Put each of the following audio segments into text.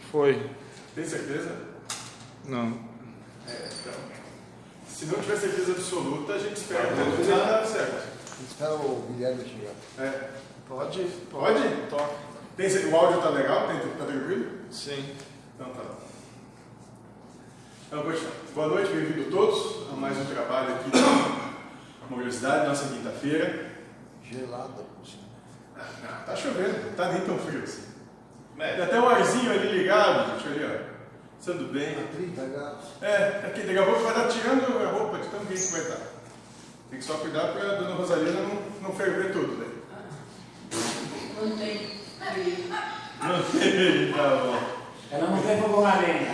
Foi. Tem certeza? Não. Então. Se não tiver certeza absoluta, a gente espera. Não dá certo. Espera o Guilherme chegar. Pode? Toca. O áudio tá legal? Tá tranquilo? Sim. Então tá. Então, boa noite, bem-vindo a todos a mais um trabalho aqui da Universidade, nossa quinta-feira. Gelada, por cima. Não, tá chovendo, não tá nem tão frio assim. É. Tem até um arzinho ali ligado, gente, ali, ó. Sendo bem. 30 graus. Aqui, daqui a pouco vai estar tirando a roupa de tão quente que vai estar. Tem que só cuidar para a dona Rosalina não ferver tudo, né? Não tem frio. Não tem, tá bom. Ela não tem fogão a lenha.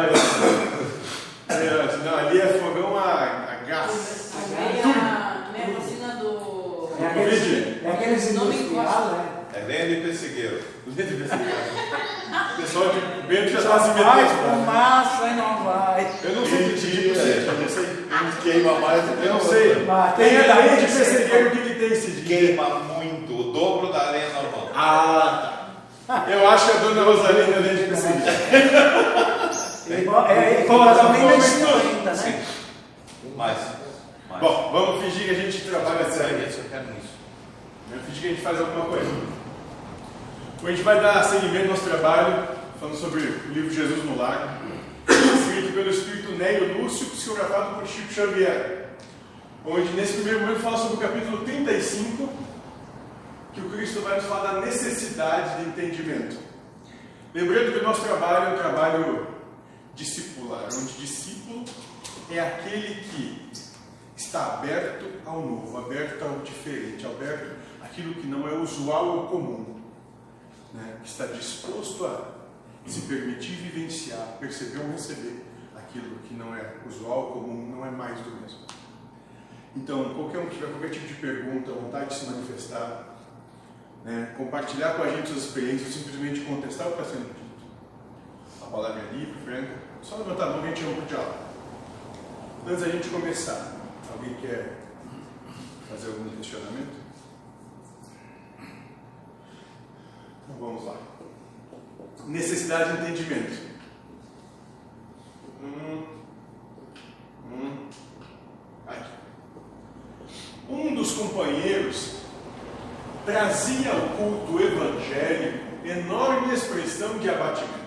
Não, ali é fogão a gás. Nem a vacina do... É aqueles industrial, né? É lenha de pessegueiro. O pessoal de Bento já está se Vai metendo. fumaça e não vai. Eu não sei que tipo seja, eu não sei. Um queima mais do que Eu não o sei. outro. Tem a lenha de perceber o que tem esse dia. Queima muito, o dobro da lenha normal. Tá. Eu acho que a dona Rosalina é lenha de perceber. É também na ainda, né? Mais. Bom, vamos fingir que a gente trabalha sério. Isso eu quero nisso. Vamos fingir que a gente faz alguma coisa. Hoje a gente vai dar seguimento ao nosso trabalho, falando sobre o livro Jesus no Lar, escrito pelo Espírito Nélio Lúcio, psicografado por Chico Xavier, onde nesse primeiro momento fala sobre o capítulo 35, que o Cristo vai nos falar da necessidade de entendimento. Lembrando que o nosso trabalho é um trabalho discipular, onde discípulo é aquele que está aberto ao novo, aberto ao diferente, aberto àquilo que não é usual ou comum, né? Que está disposto a se permitir vivenciar, perceber ou receber aquilo que não é usual ou comum, não é mais do mesmo. Então, qualquer um que tiver qualquer tipo de pergunta, vontade de se manifestar, né? Compartilhar com a gente suas experiências, simplesmente contestar o que está sendo dito. A palavra é livre, franca. Só levantar a mão que a gente chama para o diálogo. Antes da gente começar, alguém quer fazer algum questionamento? Então vamos lá. Necessidade de entendimento. Aqui. Um dos companheiros trazia ao culto evangélico enorme expressão de abatimento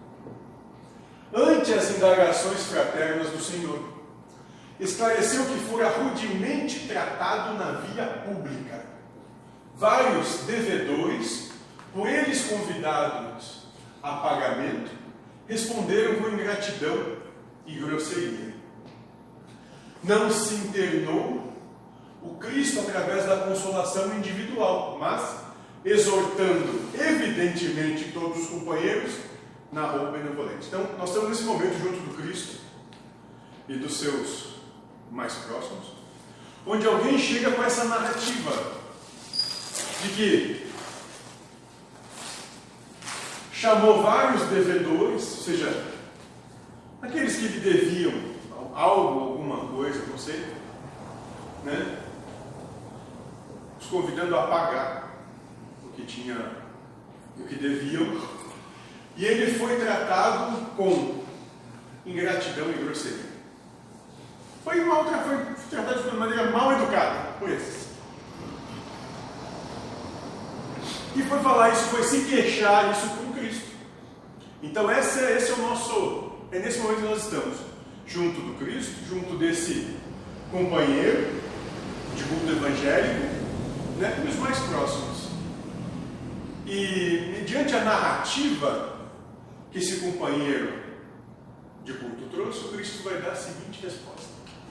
ante as indagações fraternas do Senhor. Esclareceu que fora rudemente tratado na via pública. Vários devedores, por eles convidados a pagamento, responderam com ingratidão e grosseria. Não se internou o Cristo através da consolação individual, mas exortando evidentemente todos os companheiros na roupa benevolente. Então, nós estamos nesse momento junto do Cristo e dos seus mais próximos, onde alguém chega com essa narrativa de que chamou vários devedores, ou seja, aqueles que lhe deviam algo, alguma coisa, não sei, né? Os convidando a pagar o que deviam. E ele foi tratado com ingratidão e grosseria. Foi tratado de maneira mal educada por esses. E foi falar isso, foi se queixar isso com Cristo. Então esse é o nosso, é nesse momento que nós estamos, junto do Cristo, junto desse companheiro de culto evangélico, né, e os mais próximos. E mediante a narrativa que esse companheiro de culto trouxe, o Cristo vai dar a seguinte resposta.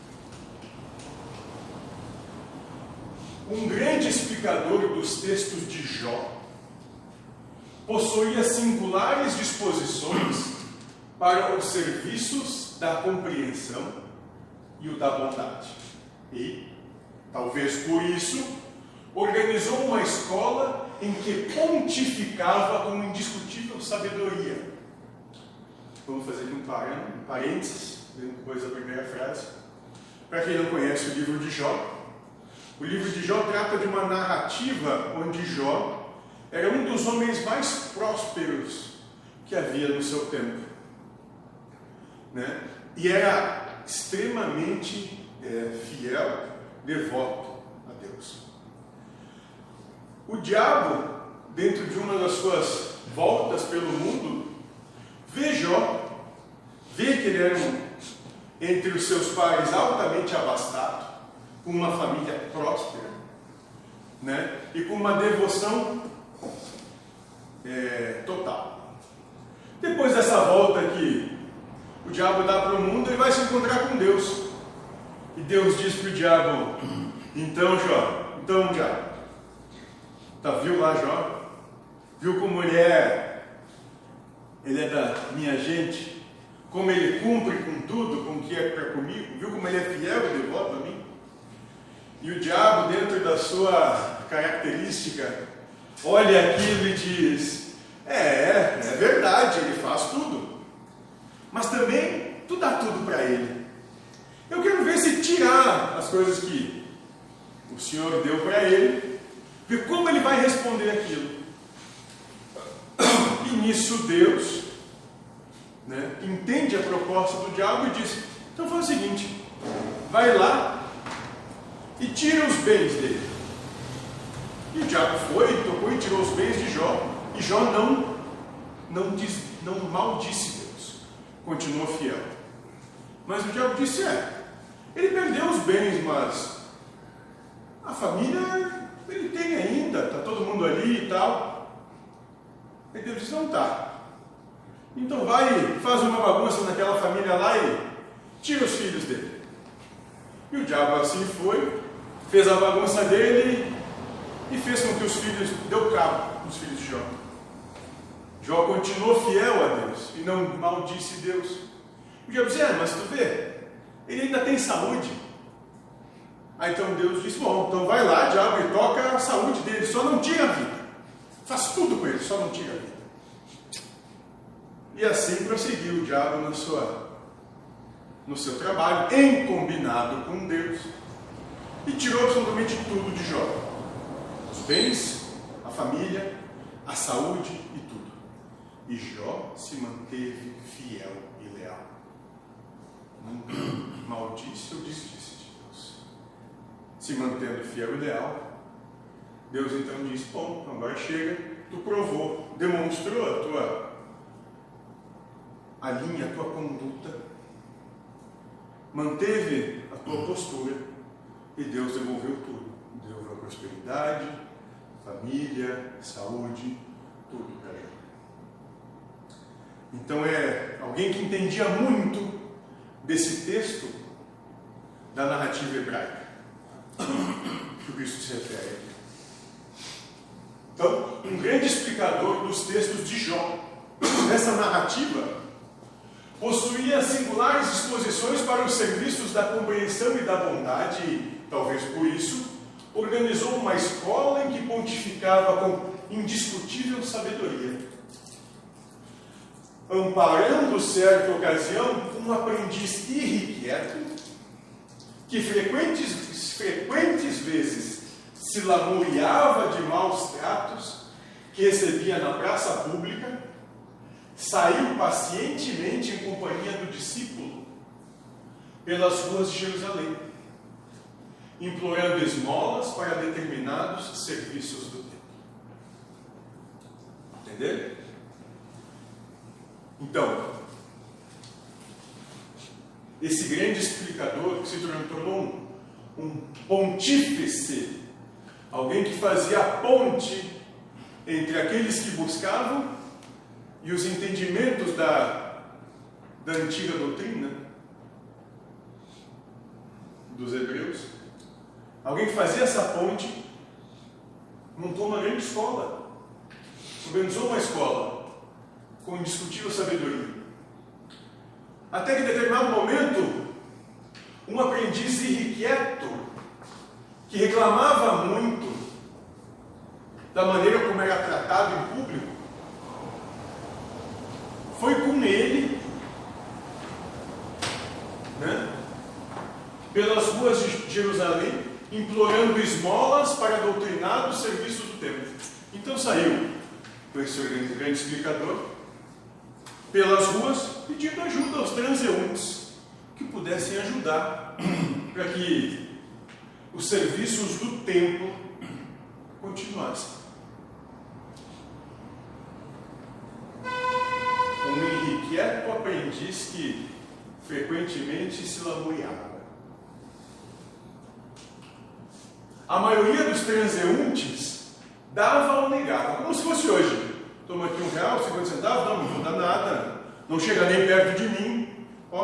Um grande explicador dos textos de Jó possuía singulares disposições para os serviços da compreensão e o da bondade. E, talvez por isso, organizou uma escola em que pontificava com indiscutível sabedoria. Vamos fazer aqui um parênteses, depois da primeira frase. Para quem não conhece o livro de Jó, o livro de Jó trata de uma narrativa onde Jó era um dos homens mais prósperos que havia no seu tempo, né? E era extremamente fiel, devoto a Deus. O diabo, dentro de uma das suas voltas pelo mundo, vê Jó, vê que ele era entre os seus pares altamente abastado, com uma família próspera, né? E com uma devoção total. Depois dessa volta que o diabo dá para o mundo, ele vai se encontrar com Deus. E Deus diz para o diabo: então diabo, viu lá Jó? Viu como ele é da minha gente? Como ele cumpre com tudo, com o que é para comigo? Viu como ele é fiel e devoto a mim? E o diabo, dentro da sua característica, olha aquilo e diz: é verdade, ele faz tudo, mas também tu dá tudo para ele. Eu quero ver se tirar as coisas que o Senhor deu para ele, ver como ele vai responder aquilo. E nisso Deus, né, entende a proposta do diabo e diz: então faz o seguinte, vai lá e tira os bens dele. E o diabo foi, tocou e tirou os bens de Jó. E Jó não maldisse Deus, continuou fiel. Mas o diabo disse: ele perdeu os bens, mas a família ele tem ainda, está todo mundo ali e tal. E Deus disse: não tá. Então vai, faz uma bagunça naquela família lá e tira os filhos dele. E o diabo assim foi, fez a bagunça dele e fez com que os filhos, deu cabo nos filhos de Jó. Jó continuou fiel a Deus e não maldisse Deus. O diabo disse: mas tu vê, ele ainda tem saúde. Aí então Deus disse: bom, então vai lá, diabo, e toca a saúde dele, só não tira a vida. Faz tudo com ele, só não tira a vida. E assim prosseguiu o diabo no seu trabalho, em combinado com Deus, e tirou absolutamente tudo de Jó: os bens, a família, a saúde e tudo. E Jó se manteve fiel e leal. Nunca maldisse ou desdisse de Deus. Se mantendo fiel e leal, Deus então disse: bom, agora chega, tu provou, demonstrou a linha, a tua conduta, manteve a tua postura, e Deus devolveu tudo. Devolveu a prosperidade, família, saúde, tudo para ele. Então alguém que entendia muito desse texto da narrativa hebraica que o Cristo se refere aqui. Então, um grande explicador dos textos de Jó, nessa narrativa, possuía singulares disposições para os serviços da compreensão e da bondade e, talvez por isso, organizou uma escola em que pontificava com indiscutível sabedoria, amparando certa ocasião um aprendiz irrequieto que frequentes vezes se lamuriava de maus tratos que recebia na praça pública, saiu pacientemente em companhia do discípulo pelas ruas de Jerusalém, implorando esmolas para determinados serviços do templo. Entenderam? Então, esse grande explicador que se tornou um pontífice, alguém que fazia a ponte entre aqueles que buscavam e os entendimentos da antiga doutrina dos hebreus, alguém que fazia essa ponte, montou uma grande escola, organizou uma escola com indiscutível sabedoria, até que em determinado momento um aprendiz irrequieto que reclamava muito da maneira como era tratado em público, foi com ele, né, pelas ruas de Jerusalém, implorando esmolas para doutrinados serviços do templo. Então saiu com esse grande explicador pelas ruas pedindo ajuda aos transeuntes que pudessem ajudar para que os serviços do templo continuassem. Um inquieto aprendiz que frequentemente se lamuriava. A maioria dos transeuntes dava ou negava, como se fosse hoje. Toma aqui R$1, 50 centavos, não vou dar nada, não chega nem perto de mim.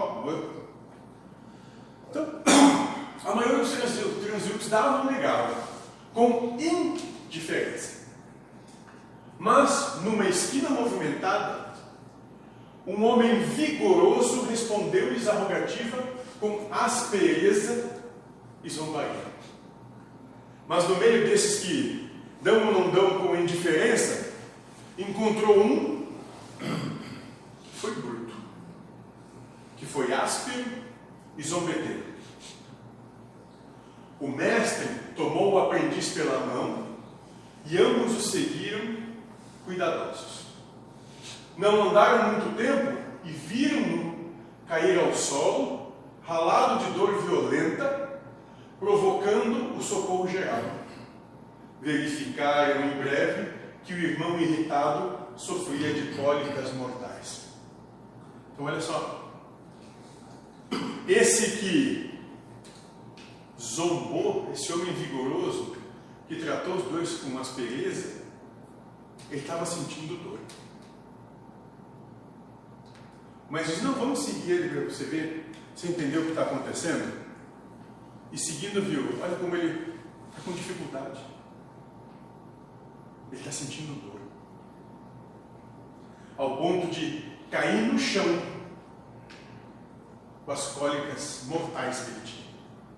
Então, a maioria dos transeuntes dava ou negava, com indiferença. Mas, numa esquina movimentada, um homem vigoroso respondeu-lhes a rogativa com aspereza e zombaria. Mas no meio desses que dão ou não dão com indiferença, encontrou um que foi bruto, que foi áspero e zombeteiro. O mestre tomou o aprendiz pela mão e ambos o seguiram cuidadosos. Não andaram muito tempo e viram-no cair ao solo, ralado de dor violenta, provocando o socorro geral. Verificaram em breve que o irmão irritado sofria de cólicas mortais. Então olha só, esse que zombou, esse homem vigoroso, que tratou os dois com aspereza, ele estava sentindo dor. Mas diz, não, vamos seguir ele para você ver, você entender o que está acontecendo. E seguindo, viu, olha como ele está com dificuldade. Ele está sentindo dor. Ao ponto de cair no chão com as cólicas mortais que ele tinha.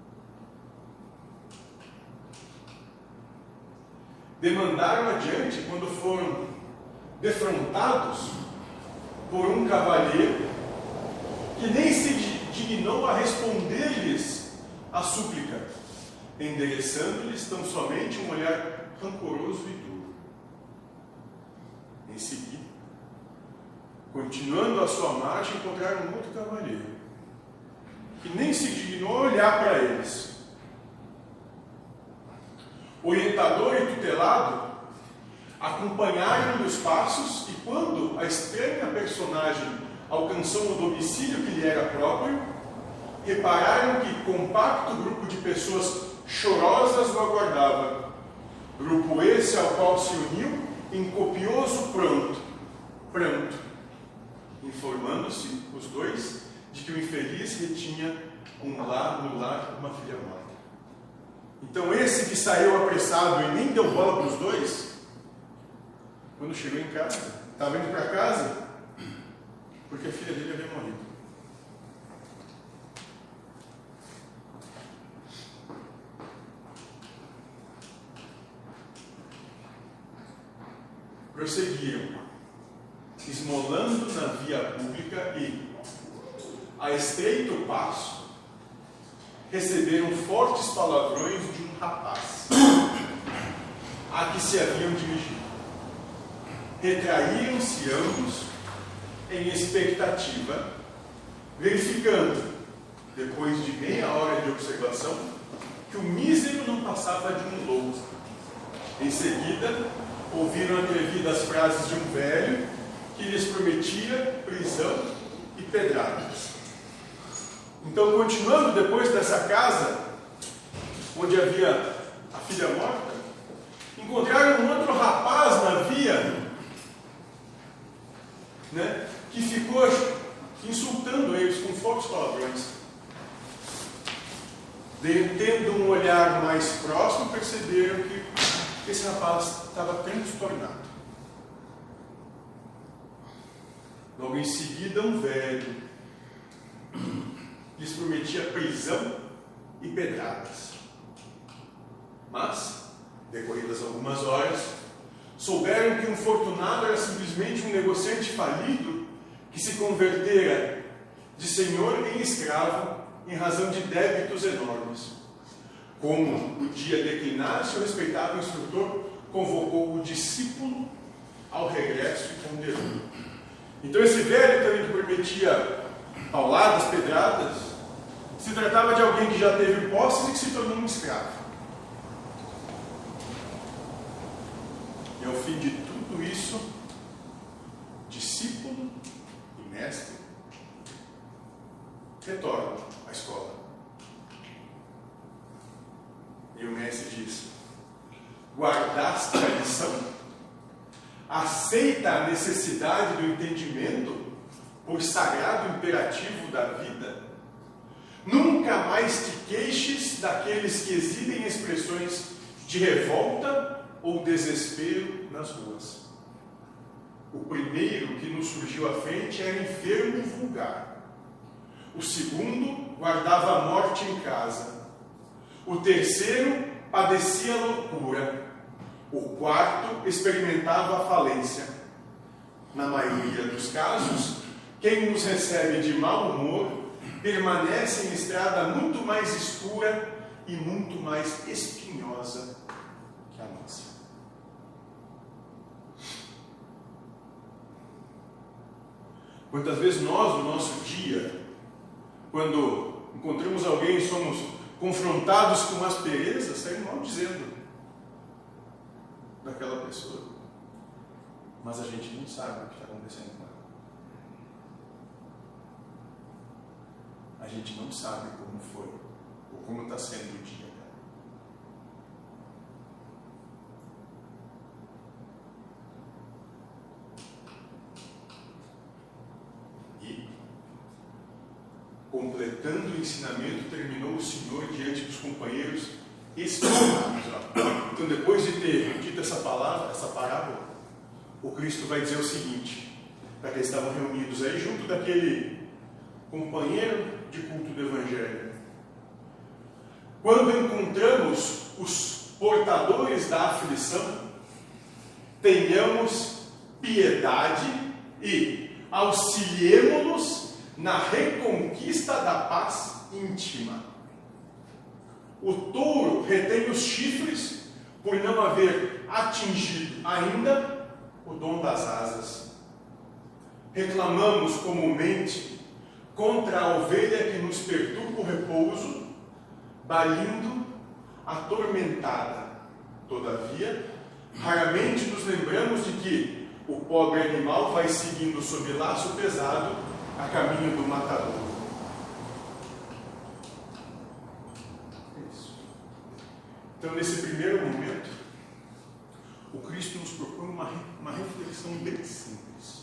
Demandaram adiante quando foram defrontados por um cavalheiro que nem se dignou a responder-lhes a súplica, endereçando-lhes tão somente um olhar rancoroso e duro. Em seguida, continuando a sua marcha, encontraram um outro cavalheiro que nem se dignou a olhar para eles. Orientador e tutelado acompanharam os passos e quando a estranha personagem alcançou o domicílio que lhe era próprio, repararam que compacto grupo de pessoas chorosas o aguardava. Grupo esse ao qual se uniu em copioso pranto, informando-se os dois de que o infeliz retinha no lar uma filha morta. Então esse que saiu apressado e nem deu bola para os dois, quando chegou em casa, estava indo para casa, porque a filha dele havia morrido. Prosseguiram, esmolando na via pública e, a estreito passo, receberam fortes palavrões de um rapaz a que se haviam dirigido. Retraíram-se ambos em expectativa, verificando, depois de meia hora de observação, que o mísero não passava de um louco. Em seguida, ouviram atrevidas frases de um velho que lhes prometia prisão e pedradas. Então, continuando depois dessa casa, onde havia a filha morta, encontraram um outro rapaz na via, que ficou insultando eles com fortes palavrões. Tendo um olhar mais próximo, perceberam que esse rapaz estava transtornado. Logo em seguida, um velho lhes prometia prisão e pedradas. Mas, decorridas algumas horas, souberam que um fortunado era simplesmente um negociante falido que se convertera de senhor em escravo em razão de débitos enormes. Como o dia declinasse, o respeitável instrutor convocou o discípulo ao regresso e ponderou. Então esse velho também que prometia pauladas, pedradas, se tratava de alguém que já teve posses e que se tornou um escravo. E ao fim de tudo isso, discípulo e mestre retornam à escola. E o mestre diz: guardaste a lição? Aceita a necessidade do entendimento por sagrado imperativo da vida? Nunca mais te queixes daqueles que exibem expressões de revolta ou desespero nas ruas. O primeiro que nos surgiu à frente era enfermo e vulgar. O segundo guardava a morte em casa. O terceiro padecia a loucura. O quarto experimentava a falência. Na maioria dos casos, quem nos recebe de mau humor permanece em estrada muito mais escura e muito mais espinhosa que a nossa. Quantas vezes nós, no nosso dia, quando encontramos alguém e somos confrontados com aspereza, saímos mal dizendo daquela pessoa, mas a gente não sabe o que está acontecendo com ela. A gente não sabe como foi ou como está sendo o dia dela. E, completando o ensinamento, terminou o Senhor diante dos companheiros escalados. Então, depois de ter dito essa parábola, o Cristo vai dizer o seguinte, para que eles estavam reunidos aí junto daquele companheiro de culto do Evangelho: quando encontramos os portadores da aflição, tenhamos piedade e auxiliemo-los na reconquista da paz íntima. O touro retém os chifres por não haver atingido ainda o dom das asas. Reclamamos comumente contra a ovelha que nos perturba o repouso, balindo atormentada. Todavia, raramente nos lembramos de que o pobre animal vai seguindo sob laço pesado a caminho do matador. Então, nesse primeiro momento, o Cristo nos propõe uma reflexão bem simples.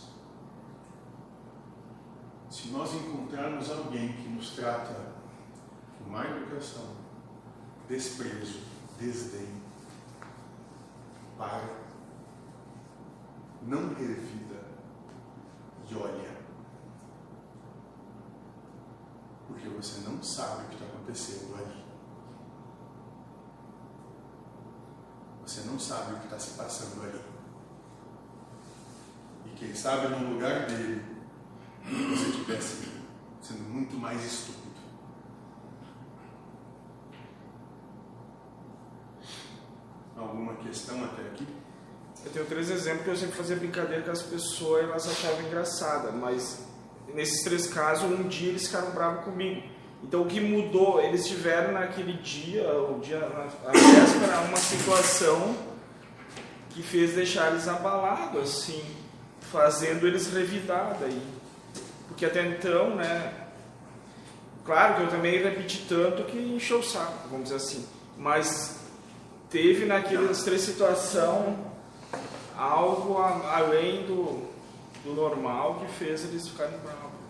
Se nós encontrarmos alguém que nos trata com má educação, desprezo, desdém, para, não revida e olha. Porque você não sabe o que está acontecendo ali. Você não sabe o que está se passando ali. E quem sabe no lugar dele, você estivesse sendo muito mais estúpido. Alguma questão até aqui? Eu tenho 3 exemplos que eu sempre fazia brincadeira com as pessoas e elas achavam engraçada, mas nesses 3 casos, um dia eles ficaram bravos comigo. Então o que mudou, eles tiveram naquele dia, a véspera, uma situação que fez deixar eles abalados, assim, fazendo eles revidar daí. Porque até então, né, claro que eu também repeti tanto que encheu o saco, vamos dizer assim, mas teve naquelas 3 situações algo além do normal que fez eles ficarem bravos.